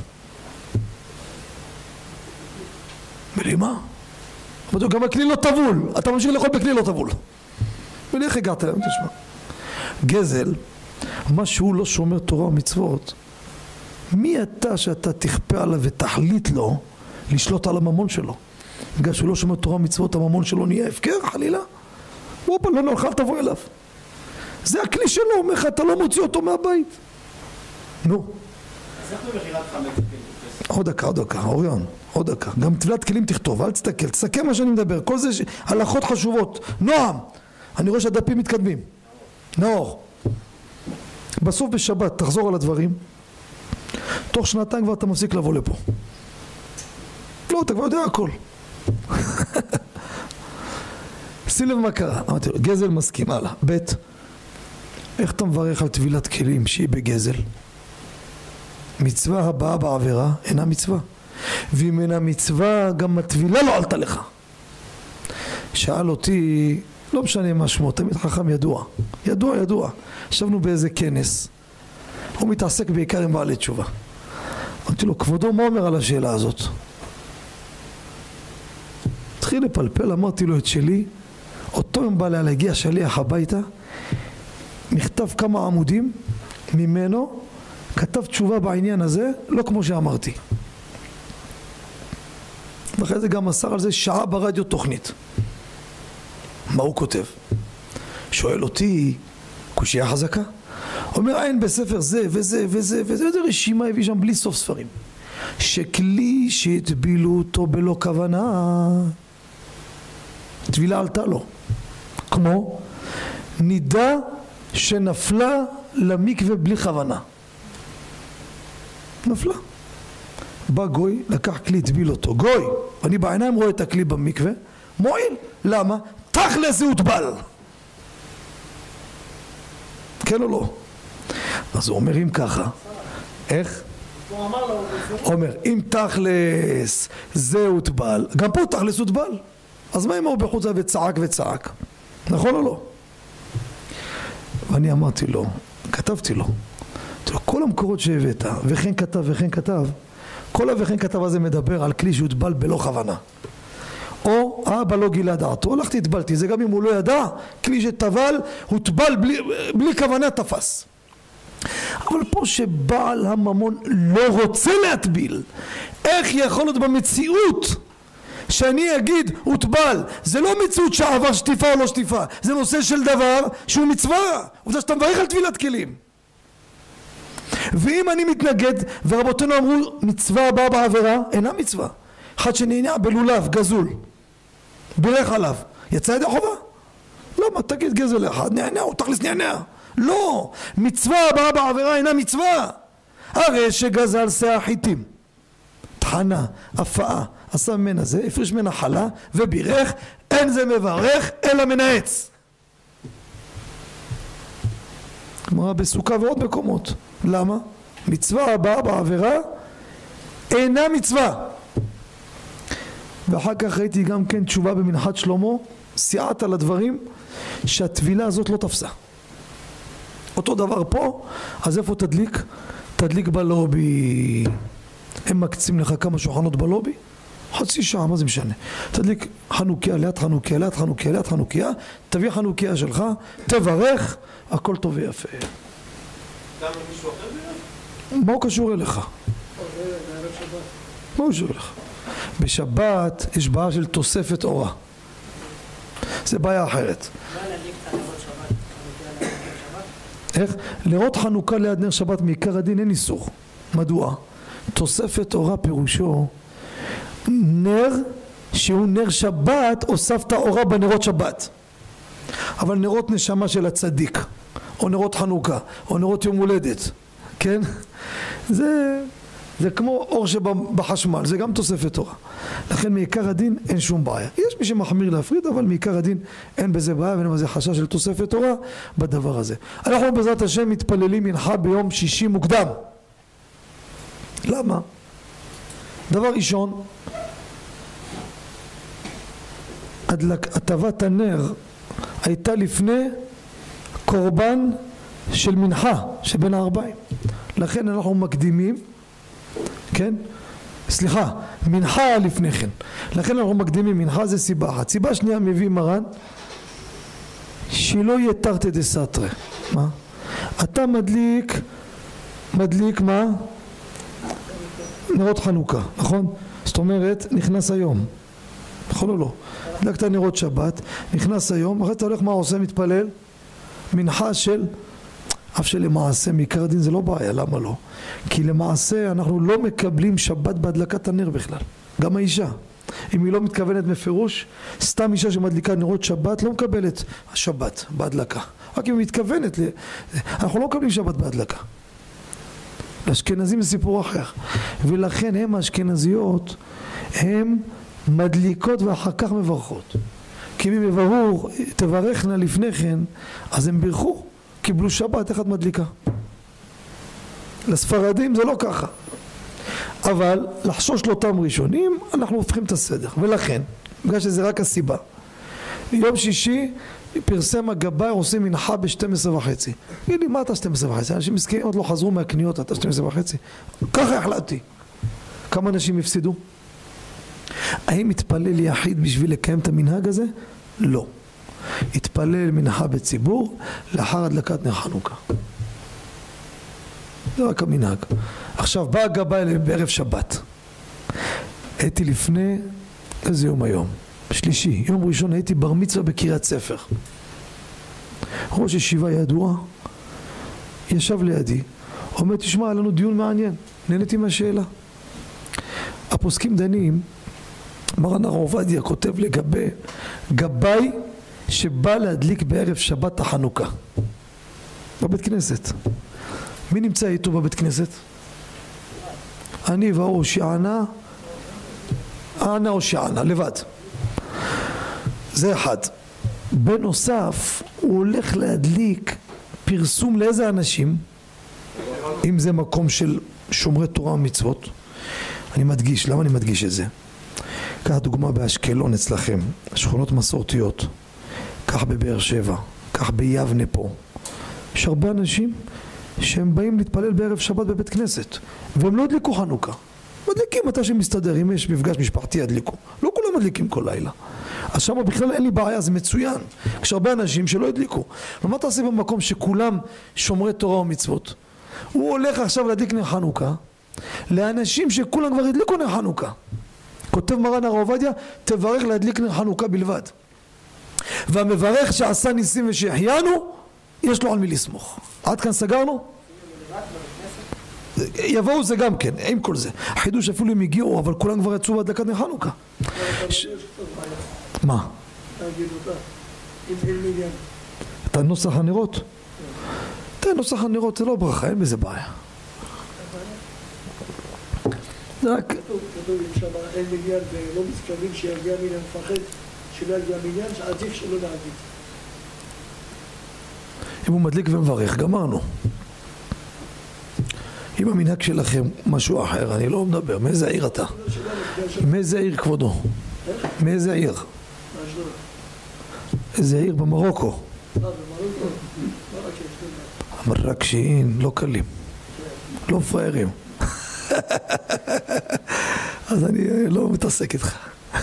ולי מה? אמרתי לו, גם הכלי לא טבול, אתה ממשיך לאכול בכלי לא טבול. ולך הגעת להם, תשמע. גזל, מה שהוא לא שומר תורה ומצוות, מי אתה שאתה תכפה עליו ותחליט לו לשלוט על הממון שלו? בגלל שהוא לא שומר תורה ומצוות, הממון שלו נהיה הפקר, חלילה. הוא לא נוכל, תבוא אליו. זה הכלי שלו, אומר לך, אתה לא מוציא אותו מהבית. נו. אז איך במחירת חמץ? עוד דקה, אוריון, עוד דקה. גם טבילת כלים תכתוב, אל תסתכל, תסכם מה שאני מדבר. כל זה הלכות חשובות. נועם, אני רואה שהדפים מתקדמים. נאור. בסוף בשבת תחזור על הדברים. תוך שנתיים כבר אתה מפסיק לבוא לפה. לא, אתה כבר יודע הכל. שים לב מה קרה. אמרתי לו, גזל מסכים, הלאה. ב' איך אתה מברך על טבילת כלים שהיא בגזל? מצווה הבאה בעבירה אינה מצווה, ואם אינה מצווה גם הטבילה לא עלתה לך. שאל אותי, לא משנה מה שמו, תמיד חכם ידוע. ישבנו באיזה כנס, הוא מתעסק בעיקר עם בעלי תשובה. אמרתי לו, כבודו, מה אומר על השאלה הזאת? התחיל לפלפל, אמרתי לו את שלי. אותו יום בא להגיע שליח הביתה, מכתב כמה עמודים ממנו, כתב תשובה בעניין הזה, לא כמו שאמרתי. ואחרי זה גם מסר על זה שעה ברדיו תוכנית. מה הוא כותב? שואל אותי, קושייה חזקה? אומר, אין בספר זה וזה וזה וזה, וזה רשימה הביא שם בלי סוף ספרים. שכלי שהטבילו אותו בלא כוונה, טבילה עלתה לו. כמו נידה שנפלה למקווה בלי כוונה. נפלה. בא גוי, לקח כלי, טביל אותו. גוי, אני בעיניים רואה את הכלי במקווה, מועיל. למה? תכל'ס זה הוטבל. כן או לא? אז הוא אומר, אם ככה, איך? הוא אמר לו, אומר, אם תכל'ס זה הוטבל, גם פה תכל'ס הוטבל. אז מה אם הוא בחוץ וצעק? נכון או לא? ואני אמרתי לו, כתבתי לו, כל המקורות שהבאת, וכן כתב, כל וכן כתב הזה מדבר על כלי שהוטבל בלא כוונה. או האבא לא גילה דעתו, הלכתי התבלתי, זה גם אם הוא לא ידע, כלי שטבל, הוטבל בלי כוונה תפס. אבל פה שבעל הממון לא רוצה להטביל, איך יכול להיות במציאות שאני אגיד הוטבל? זה לא מציאות שעבר שטיפה או לא שטיפה, זה נושא של דבר שהוא מצווה. עובדה שאתה מברך על טבילת כלים. ואם אני מתנגד, ורבותינו אמרו מצווה הבאה בעבירה אינה מצווה, אחד שנענע בלולב גזול בירך עליו, יצא ידי חובה? למה? תגיד גזל אחד, נענע, הוא תכלס נענע. לא, מצווה הבאה בעבירה אינה מצווה. הרי שגזל שא חיטים, טחנה, הפאה, עשה ממנה זה, הפריש ממנה חלה ובירך, אין זה מברך אלא מנעץ. כלומר בסוכה ועוד מקומות. למה? מצווה הבאה בעבירה אינה מצווה. ואחר כך ראיתי גם כן תשובה במנחת שלמה, סייעת על הדברים שהטבילה הזאת לא תפסה. אותו דבר פה, אז איפה תדליק? תדליק בלובי. הם מקצים לך כמה שולחנות בלובי, חצי שעה, מה זה משנה? תדליק חנוכיה, ליד חנוכיה, תביא חנוכיה שלך, תברך, הכל טוב ויפה. גם מישהו אחר בירך? מה הוא קשור אליך? מה הוא קשור אליך? בשבת יש בעיה של תוספת אורה. זה בעיה אחרת. איך? לראות חנוכה ליד נר שבת מעיקר הדין אין איסור. מדוע? תוספת אורה פירושו נר שהוא נר שבת, הוספת אורה בנרות שבת. אבל נרות נשמה של הצדיק, או נרות חנוכה, או נרות יום הולדת, כן? זה כמו אור שבחשמל, זה גם תוספת אורה. לכן מעיקר הדין אין שום בעיה. יש מי שמחמיר להפריד, אבל מעיקר הדין אין בזה בעיה, ואין בזה חשש של תוספת אורה בדבר הזה. אנחנו בעזרת השם מתפללים מנחה ביום שישי מוקדם. למה? דבר ראשון, הטבת הנר הייתה לפני קורבן של מנחה שבין הערביים. לכן אנחנו מקדימים, כן? סליחה, מנחה לפני כן. לכן אנחנו מקדימים מנחה, זה סיבה אחת. סיבה שנייה מביא מרן, שלא יהיה תרתי דסתרי. מה? אתה מדליק מה? נרות חנוכה, נכון? זאת אומרת, נכנס היום. נכון או לא? הדלקת נרות שבת, נכנס היום, אחרי אתה הולך מה עושה? מתפלל? מנחה של אף שלמעשה מעיקר הדין זה לא בעיה. למה לא? כי למעשה אנחנו לא מקבלים שבת בהדלקת הנר בכלל. גם האישה, אם היא לא מתכוונת מפירוש, סתם אישה שמדליקה נרות שבת לא מקבלת השבת בהדלקה. רק אם היא מתכוונת, אנחנו לא מקבלים שבת בהדלקה. לאשכנזים זה סיפור אחר, ולכן הם האשכנזיות הם מדליקות ואחר כך מברכות. כי אם הם יברכו, תברכנה לפני כן, אז הם בירכו, קיבלו שבת, איך את מדליקה? לספרדים זה לא ככה. אבל לחשוש לאותם ראשונים, אנחנו הופכים את הסדר. ולכן, בגלל שזה רק הסיבה, יום שישי פרסם הגבאי עושים מנחה ב-12:30. תגיד לי, מה אתה 12:30? אנשים מסכנים עוד לא חזרו מהקניות, אתה 12:30? ככה החלטתי. כמה אנשים הפסידו? האם התפלל יחיד בשביל לקיים את המנהג הזה? לא. התפלל מנחה בציבור לאחר הדלקת נר חנוכה. זה רק המנהג. עכשיו בא הגבאי בערב שבת. הייתי לפני, איזה יום היום? שלישי, יום ראשון הייתי בר מצווה בקריית ספר. ראש ישיבה ידוע ישב לידי, אומר, תשמע, היה לנו דיון מעניין, נהניתי מהשאלה. הפוסקים דנים, מרן הרב עובדיה כותב לגבי גבאי שבא להדליק בערב שבת החנוכה בבית כנסת. מי נמצא איתו בבית כנסת? אני והוא שענה, אנה או שענה, לבד. זה אחד. בנוסף, הוא הולך להדליק פרסום לאיזה אנשים? אם זה מקום של שומרי תורה ומצוות. אני מדגיש, למה אני מדגיש את זה? קח דוגמה באשקלון אצלכם, שכונות מסורתיות. קח בבאר שבע, קח ביבנה פה. יש הרבה אנשים שהם באים להתפלל בערב שבת בבית כנסת, והם לא הדליקו חנוכה. מדליקים מתי שמסתדר, אם יש מפגש משפחתי ידליקו. לא כולם מדליקים כל לילה. אז שם בכלל אין לי בעיה, זה מצוין. יש הרבה אנשים שלא הדליקו. אבל מה תעשה במקום שכולם שומרי תורה ומצוות? הוא הולך עכשיו להדליק נר חנוכה לאנשים שכולם כבר הדליקו נר חנוכה. כותב מרן הרב עובדיה, תברך להדליק נר חנוכה בלבד. והמברך שעשה ניסים ושהחיינו, יש לו על מי לסמוך. עד כאן סגרנו? יבואו זה גם כן, עם כל זה. החידוש אפילו הם הגיעו, אבל כולם כבר יצאו בהדלקת נר חנוכה. מה? את הנוסח הנרות? את הנוסח הנרות זה לא ברכה, אין בזה בעיה. זה רק... כתוב אם שם אין מניין ולא מתכוונים שיגיע מניין מפחד שלא יגיע מניין, שעדיף שלא להגיד. אם הוא מדליק ומברך, גמרנו. אם המנהג שלכם משהו אחר, אני לא מדבר. מאיזה עיר אתה? מאיזה עיר כבודו? מאיזה עיר? איזה עיר במרוקו? מרקשיים, לא קלים, לא פראיירים. אז אני לא מתעסק איתך.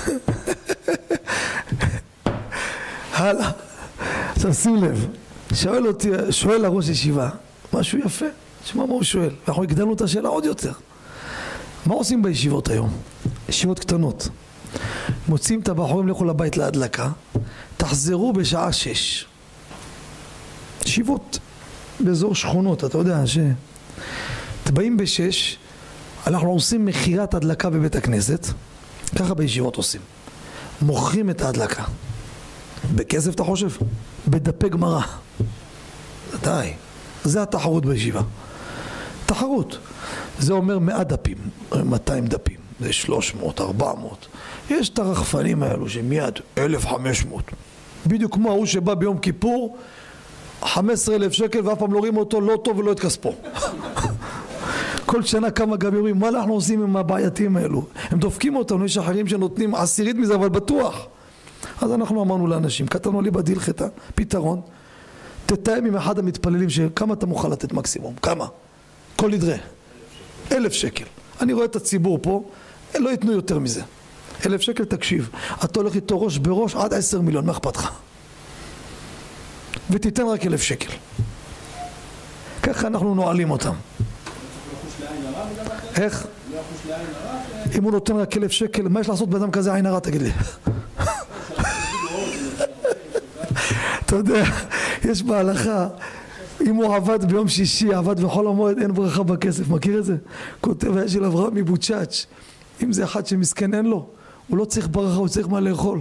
הלאה. עכשיו שים לב, שואל הראש ישיבה משהו יפה, תשמע מה הוא שואל, ואנחנו הגדלנו את השאלה עוד יותר. מה עושים בישיבות היום? ישיבות קטנות. מוצאים את הבחורים, לכו לבית להדלקה, תחזרו בשעה 6. ישיבות באזור שכונות, אתה יודע באים ב6, אנחנו עושים מחירת הדלקה בבית הכנסת, ככה בישיבות עושים. מוכרים את ההדלקה. בכסף אתה חושב? בדפי גמרא. די. זה התחרות בישיבה. תחרות. זה אומר 100 דפים, 200 דפים, זה 300, 400. יש את הרחפנים האלו שמיד 1,500. בדיוק כמו ההוא שבא ביום כיפור, 15,000 שקל ואף פעם לא רואים אותו לא טוב ולא את כספו. כל שנה כמה גם אומרים, מה אנחנו עושים עם הבעייתים האלו? הם דופקים אותנו, יש אחרים שנותנים 10 מזה, אבל בטוח. אז אנחנו אמרנו לאנשים, כתבנו לי בדילחתה, פתרון, תתאם עם אחד המתפללים שכמה אתה מוכן לתת מקסימום, כמה? כל נדרה, 1,000 שקל. אני רואה את הציבור פה, לא ייתנו יותר מזה. 1,000 שקל תקשיב, אתה הולך איתו ראש בראש עד 10 מיליון, מה אכפת לך? ותיתן רק 1,000 שקל. ככה אנחנו נועלים אותם. איך? אם הוא נותן רק 1,000 שקל, מה יש לעשות באדם כזה עין הרע, תגיד לי? אתה יודע, יש בהלכה, אם הוא עבד ביום שישי, עבד בחול המועד, אין ברכה בכסף, מכיר את זה? כותב היה של אברהם מבוצ'אץ', אם זה אחד שמסכן אין לו, הוא לא צריך ברכה, הוא צריך מה לאכול.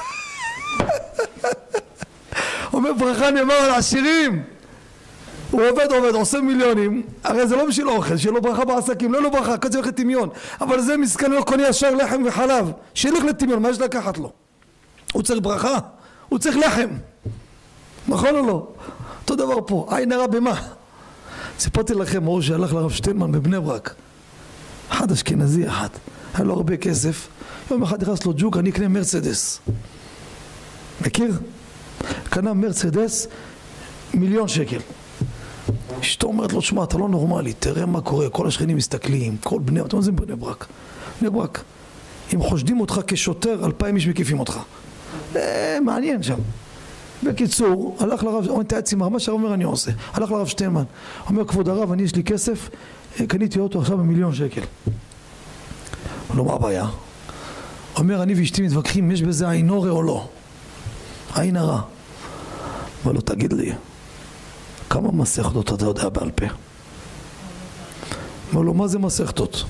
אומר ברכה נאמר על עשירים, הוא עובד, עושה מיליונים, הרי זה לא בשביל אוכל, שיהיה לו ברכה בעסקים, לא לו ברכה, כזה הולך לטמיון, אבל זה מסכן לא קונה ישר לחם וחלב, שילך לטמיון, מה יש לקחת לו? הוא צריך ברכה, הוא צריך לחם, נכון או לא? אותו דבר פה, עין הרע במה? סיפרתי לכם, אור שהלך לרב שטיינמן בבני ברק, אחד אשכנזי אחד, היה לו הרבה כסף, יום אחד נכנס לו ג'וק, אני אקנה מרצדס, מכיר? קנה מרצדס, 1,000,000 שקל. אשתו אומרת לו, שמע, אתה לא נורמלי, תראה מה קורה, כל השכנים מסתכלים, כל בני, אתה יודע, זה בני ברק. בני ברק, אם חושדים אותך כשוטר, 2,000 איש מקיפים אותך. מעניין שם. בקיצור, הלך לרב, אומר, תעצי מה שהרב אני עושה. הלך לרב שטיינמן, אומר, כבוד הרב, אני יש לי כסף, קניתי אותו עכשיו ב1,000,000 שקל. הוא לא, מה הבעיה? אומר, אני ואשתי מתווכחים, יש בזה עין הרע או לא? עין הרע. אבל לא, תגיד לי, כמה מסכתות אתה יודע בעל פה? אומר לו, מה זה מסכתות?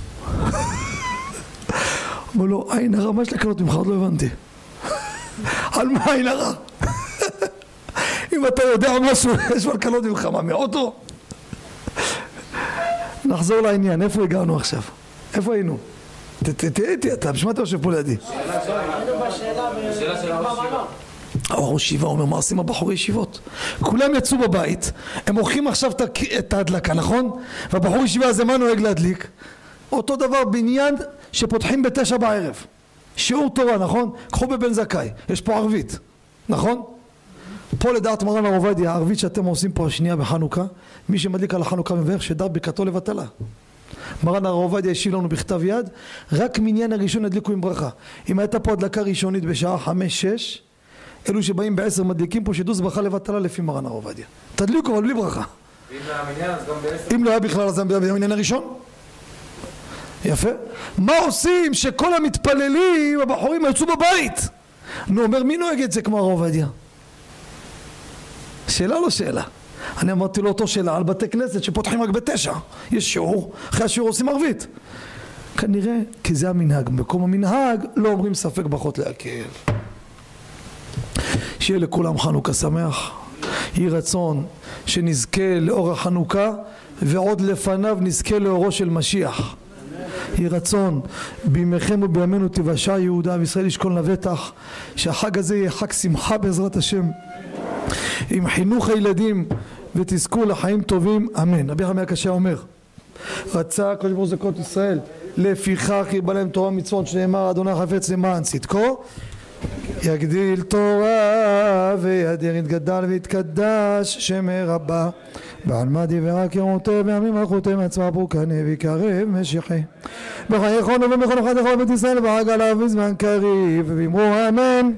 אומר לו, עין הרע, מה יש לקנות ממך? עוד לא הבנתי. על מה עין הרע? אם אתה יודע משהו, יש מה לקנות ממך, מה, מאוטו? נחזור לעניין, איפה הגענו עכשיו? איפה היינו? תהיה איתי אתה, בשביל מה אתה יושב פה לידי? השאלה של ראש ישיבה אומר, מה עושים הבחורי ישיבות? כולם יצאו בבית, הם עורכים עכשיו את ההדלקה, נכון? והבחור ישיבה הזה מה נוהג להדליק? אותו דבר בעניין שפותחים ב9 בערב, שיעור תורה, נכון? קחו בבן זכאי, יש פה ערבית, נכון? פה לדעת מרן הרב עובדיה, הערבית שאתם עושים פה השנייה בחנוכה, מי שמדליק על החנוכה מברך שדר ברכתו לבטלה. מרן הרב עובדיה השיב לנו בכתב יד, רק מניין הראשון הדליקו עם ברכה. אם הייתה פה הדלקה ראשונית בשעה 5-6, אלו שבאים ב10 מדליקים פה שדוס ברכה לבטלה לפי מרן הרב עובדיה. תדליקו אבל בלי ברכה. ואם המניין אז גם ב10? אם לא היה בכלל אז במניין הראשון. יפה. מה עושים שכל המתפללים, הבחורים יצאו בבית? נו, אומר, מי נוהג את זה כמו הרב עובדיה? שאלה לא שאלה. אני אמרתי לו אותו שאלה על בתי כנסת שפותחים רק ב9. יש שיעור, אחרי השיעור עושים ערבית. כנראה כי זה המנהג. במקום המנהג לא אומרים ספק ברכות להקל. שיהיה לכולם חנוכה שמח. יהי רצון שנזכה לאור החנוכה ועוד לפניו נזכה לאורו של משיח. יהי רצון בימיכם ובימינו תבשע יהודה וישראל ישכון לבטח, שהחג הזה יהיה חג שמחה בעזרת השם, עם חינוך הילדים ותזכו לחיים טובים, אמן. רבי חמי הקשה אומר, רצה הקדוש ברוך הוא זכות ישראל, לפיכך ירבה להם תורה מצוות, שנאמר אדוני חפץ למען צדקו, יגדיל תורה וידיר יתגדל ויתקדש שם רבה, בעלמא דברה קירותיה בימים מלכותיה מעצמה פורקנה ויקרב משיחי בחייכון ובכל אחד לכל בית ישראל בחג עליו בזמן קריב, ואמרו אמן.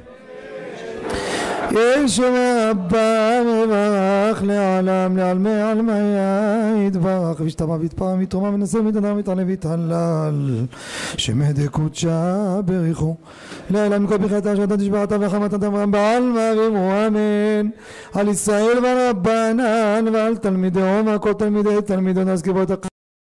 ישוע רבה מברך לעולם לעלמי עלמי יתברך וישתבח ויתפרע מתרומה ונשא מתהדר מתעלה ויתהלל שמדי קודשה בריחו לילה מכל ברכתה שאתה תשבעתה וחמתה תברם בעלמא ואמרו אמן. על ישראל ורבנן ועל תלמידי רומא כל תלמידי תלמידו נזכירו את